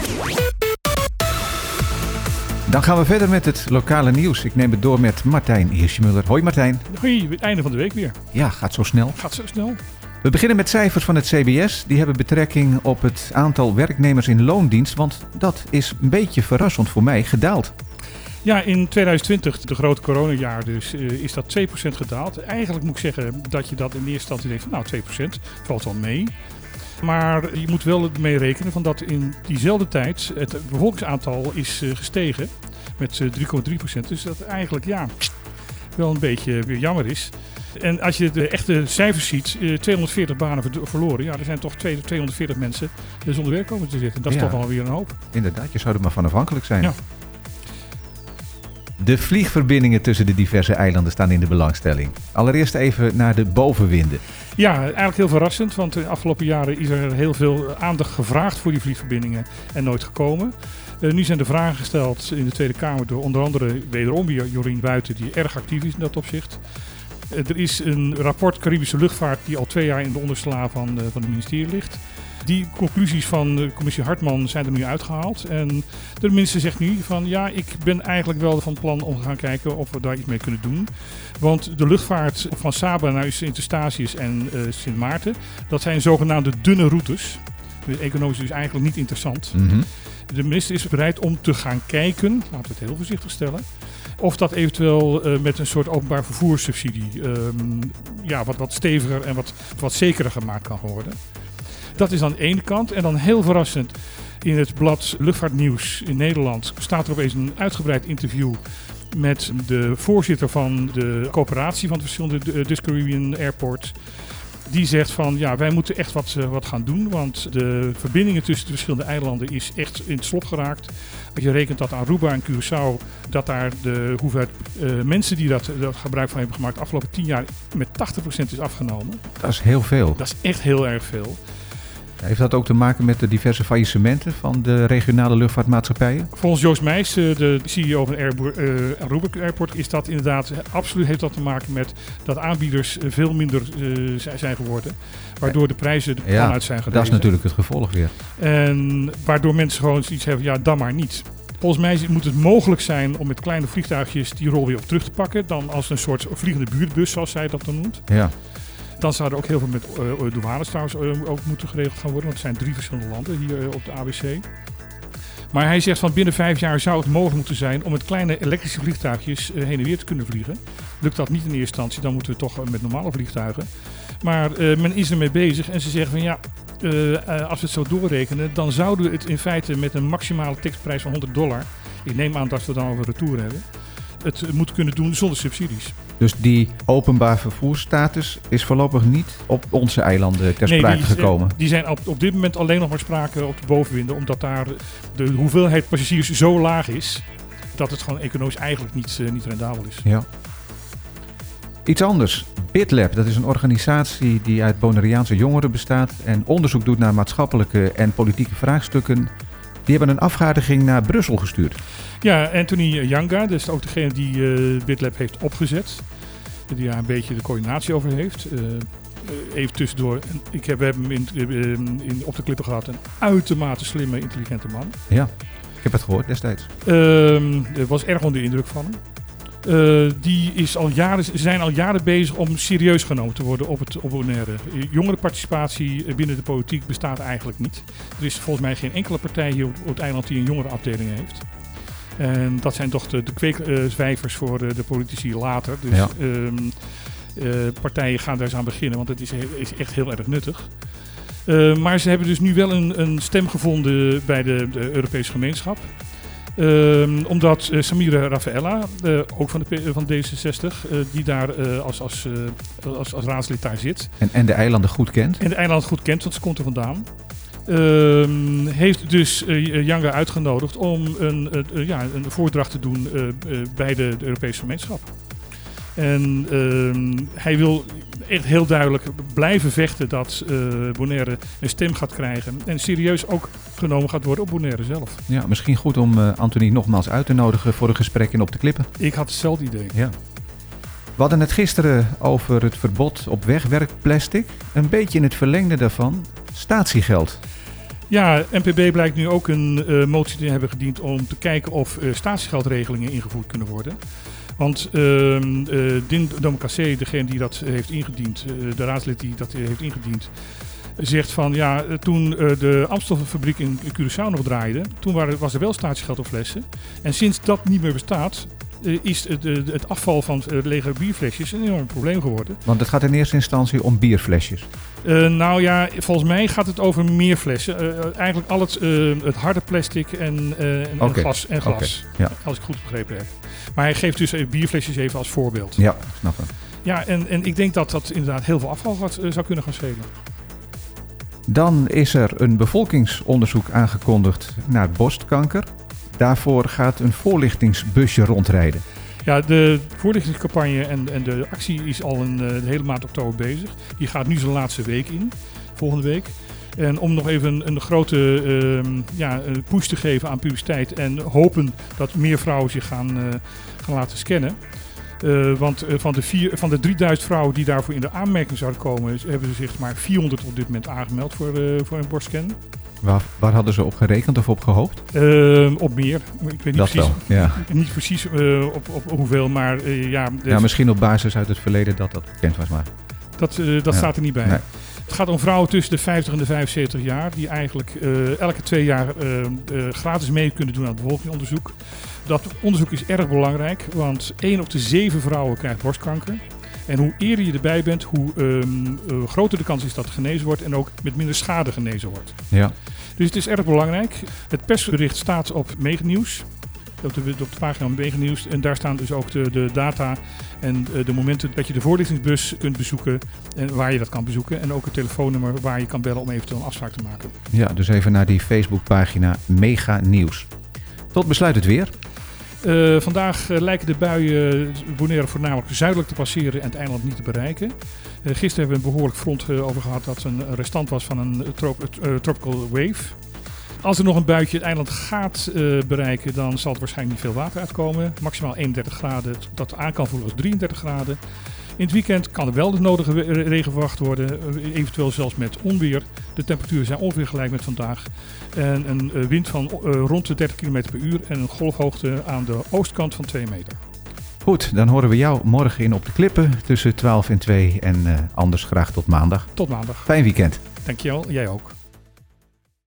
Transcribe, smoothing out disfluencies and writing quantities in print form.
Dan gaan we verder met het lokale nieuws. Ik neem het door met Martijn Hirschmuller. Hoi Martijn. Hoi, het einde van de week weer. Ja, gaat zo snel. Gaat zo snel. We beginnen met cijfers van het CBS. Die hebben betrekking op het aantal werknemers in loondienst. Want dat is een beetje verrassend voor mij gedaald. Ja, in 2020, de grote coronajaar dus, is dat 2% gedaald. Eigenlijk moet ik zeggen dat je dat in eerste instantie denkt van 2% valt wel mee. Maar je moet wel mee rekenen van dat in diezelfde tijd het bevolkingsaantal is gestegen met 3,3%. Dus dat eigenlijk wel een beetje weer jammer is. En als je de echte cijfers ziet, 240 banen verloren. Ja, er zijn toch 240 mensen zonder werk komen te zitten. Dat is toch wel weer een hoop. Inderdaad, je zou er maar van afhankelijk zijn. Ja. De vliegverbindingen tussen de diverse eilanden staan in de belangstelling. Allereerst even naar de bovenwinden. Ja, eigenlijk heel verrassend, want de afgelopen jaren is er heel veel aandacht gevraagd voor die vliegverbindingen en nooit gekomen. Nu zijn de vragen gesteld in de Tweede Kamer door onder andere wederom Jorien Buiten, die erg actief is in dat opzicht. Er is een rapport Caribische luchtvaart die al 2 jaar in de ondersla van het ministerie ligt. Die conclusies van de commissie Hartman zijn er nu uitgehaald. En de minister zegt nu van ja, ik ben eigenlijk wel van plan om te gaan kijken of we daar iets mee kunnen doen. Want de luchtvaart van Saba naar Sint-Eustatius en Sint Maarten, dat zijn zogenaamde dunne routes. Economisch dus eigenlijk niet interessant. Mm-hmm. De minister is bereid om te gaan kijken, laten we het heel voorzichtig stellen, of dat eventueel met een soort openbaar vervoerssubsidie wat steviger en wat zekerder gemaakt kan worden. Dat is aan de ene kant. En dan heel verrassend, in het blad Luchtvaartnieuws in Nederland staat er opeens een uitgebreid interview met de voorzitter van de coöperatie van de verschillende Dutch Caribbean Airports. Die zegt van ja, wij moeten echt wat gaan doen, want de verbindingen tussen de verschillende eilanden is echt in het slop geraakt. Als je rekent dat Aruba en Curaçao, dat daar de hoeveelheid mensen die dat gebruik van hebben gemaakt de afgelopen 10 jaar met 80% is afgenomen. Dat is heel veel. Dat is echt heel erg veel. Heeft dat ook te maken met de diverse faillissementen van de regionale luchtvaartmaatschappijen? Volgens Joost Meijs, de CEO van Aruba Airport, is dat inderdaad absoluut heeft dat te maken met dat aanbieders veel minder zijn geworden. Waardoor de prijzen uit zijn gerezen. Dat is natuurlijk het gevolg weer. En waardoor mensen gewoon zoiets hebben, ja, dan maar niet. Volgens mij moet het mogelijk zijn om met kleine vliegtuigjes die rol weer op terug te pakken. Dan als een soort vliegende buurtbus, zoals zij dat dan noemt. Ja. Dan zou er ook heel veel met douanes trouwens ook moeten geregeld gaan worden. Want er zijn 3 verschillende landen hier op de ABC. Maar hij zegt van binnen 5 jaar zou het mogelijk moeten zijn om met kleine elektrische vliegtuigjes heen en weer te kunnen vliegen. Lukt dat niet in eerste instantie, dan moeten we toch met normale vliegtuigen. Maar men is ermee bezig en ze zeggen van ja, als we het zo doorrekenen, dan zouden we het in feite met een maximale ticketprijs van $100. Ik neem aan dat we dan over retour hebben. Het moet kunnen doen zonder subsidies. Dus die openbaar vervoersstatus is voorlopig niet op onze eilanden ter sprake gekomen? Die zijn op dit moment alleen nog maar sprake op de bovenwinden. Omdat daar de hoeveelheid passagiers zo laag is dat het gewoon economisch eigenlijk niet rendabel is. Ja. Iets anders. BitLab, dat is een organisatie die uit Bonaireaanse jongeren bestaat en onderzoek doet naar maatschappelijke en politieke vraagstukken. Die hebben een afvaardiging naar Brussel gestuurd. Ja, Anthony Yanga, dat is ook degene die BitLab heeft opgezet. Die daar een beetje de coördinatie over heeft. Even tussendoor, we hebben hem op de klippen gehad. Een uitermate slimme, intelligente man. Ja, ik heb het gehoord destijds. Was erg onder de indruk van hem. Ze zijn al jaren bezig om serieus genomen te worden op Bonaire. Jongerenparticipatie binnen de politiek bestaat eigenlijk niet. Er is volgens mij geen enkele partij hier op het eiland die een jongerenafdeling heeft. En dat zijn toch de kweekzwijvers voor de politici later. Dus ja. Partijen gaan daar eens aan beginnen, want het is echt heel erg nuttig. Maar ze hebben dus nu wel een stem gevonden bij de Europese gemeenschap. Omdat Samira Rafaela, ook van D66, die daar als raadslid daar zit. En de eilanden goed kent? En de eilanden goed kent, want ze komt er vandaan. Heeft dus Yanga uitgenodigd om een voordracht te doen bij de Europese gemeenschap. En hij wil echt heel duidelijk blijven vechten dat Bonaire een stem gaat krijgen. En serieus ook genomen gaat worden op Bonaire zelf. Ja, misschien goed om Anthony nogmaals uit te nodigen voor een gesprek in Op de Klippen. Ik had hetzelfde idee. Ja. We hadden het gisteren over het verbod op wegwerpplastic. Een beetje in het verlengde daarvan, statiegeld. Ja, NPB blijkt nu ook een motie te hebben gediend om te kijken of statiegeldregelingen ingevoerd kunnen worden. Want Din Domkase, degene die dat heeft ingediend, de raadslid die dat heeft ingediend, zegt van ja, toen de Amstelfabriek in Curaçao nog draaide, toen was er wel statiegeld op flessen. En sinds dat niet meer bestaat, is het afval van lege bierflesjes een enorm probleem geworden. Want het gaat in eerste instantie om bierflesjes. Nou ja, volgens mij gaat het over meer flessen. Eigenlijk al het harde plastic en glas. Okay. Ja. Als ik goed begrepen heb. Maar hij geeft dus bierflesjes even als voorbeeld. Ja, snap ik. Ja, en ik denk dat dat inderdaad heel veel afval zou kunnen gaan schelen. Dan is er een bevolkingsonderzoek aangekondigd naar borstkanker. Daarvoor gaat een voorlichtingsbusje rondrijden. Ja, de voorlichtingscampagne en de actie is al de hele maand oktober bezig. Die gaat nu zijn laatste week in, volgende week. En om nog even een grote push te geven aan publiciteit en hopen dat meer vrouwen zich gaan laten scannen. Want van de 3000 vrouwen die daarvoor in de aanmerking zouden komen, hebben ze zich maar 400 op dit moment aangemeld voor een borstscan. Waar hadden ze op gerekend of op gehoopt? Op meer. Ik weet niet precies op hoeveel, maar misschien op basis uit het verleden dat bekend was. Maar dat staat er niet bij. Nee. Het gaat om vrouwen tussen de 50 en de 75 jaar die eigenlijk elke 2 jaar gratis mee kunnen doen aan het bevolkingsonderzoek. Dat onderzoek is erg belangrijk, want 1 op de 7 vrouwen krijgt borstkanker. En hoe eerder je erbij bent, hoe groter de kans is dat het genezen wordt en ook met minder schade genezen wordt. Ja. Dus het is erg belangrijk. Het persbericht staat op Megenieuws, op de pagina van Megenieuws. En daar staan dus ook de data en de momenten dat je de voorlichtingsbus kunt bezoeken en waar je dat kan bezoeken. En ook het telefoonnummer waar je kan bellen om eventueel een afspraak te maken. Ja, dus even naar die Facebookpagina Megenieuws. Tot besluit het weer. Vandaag lijken de buien Bonaire voornamelijk zuidelijk te passeren en het eiland niet te bereiken. Gisteren hebben we een behoorlijk front over gehad dat een restant was van een tropical wave. Als er nog een buitje het eiland gaat bereiken, dan zal er waarschijnlijk niet veel water uitkomen. Maximaal 31 graden, dat aan kan voelen als 33 graden. In het weekend kan er wel de nodige regen verwacht worden, eventueel zelfs met onweer. De temperaturen zijn ongeveer gelijk met vandaag. En een wind van rond de 30 km per uur en een golfhoogte aan de oostkant van 2 meter. Goed, dan horen we jou morgen in Op de Klippen tussen 12 en 2 en anders graag tot maandag. Tot maandag. Fijn weekend. Dankjewel, jij ook.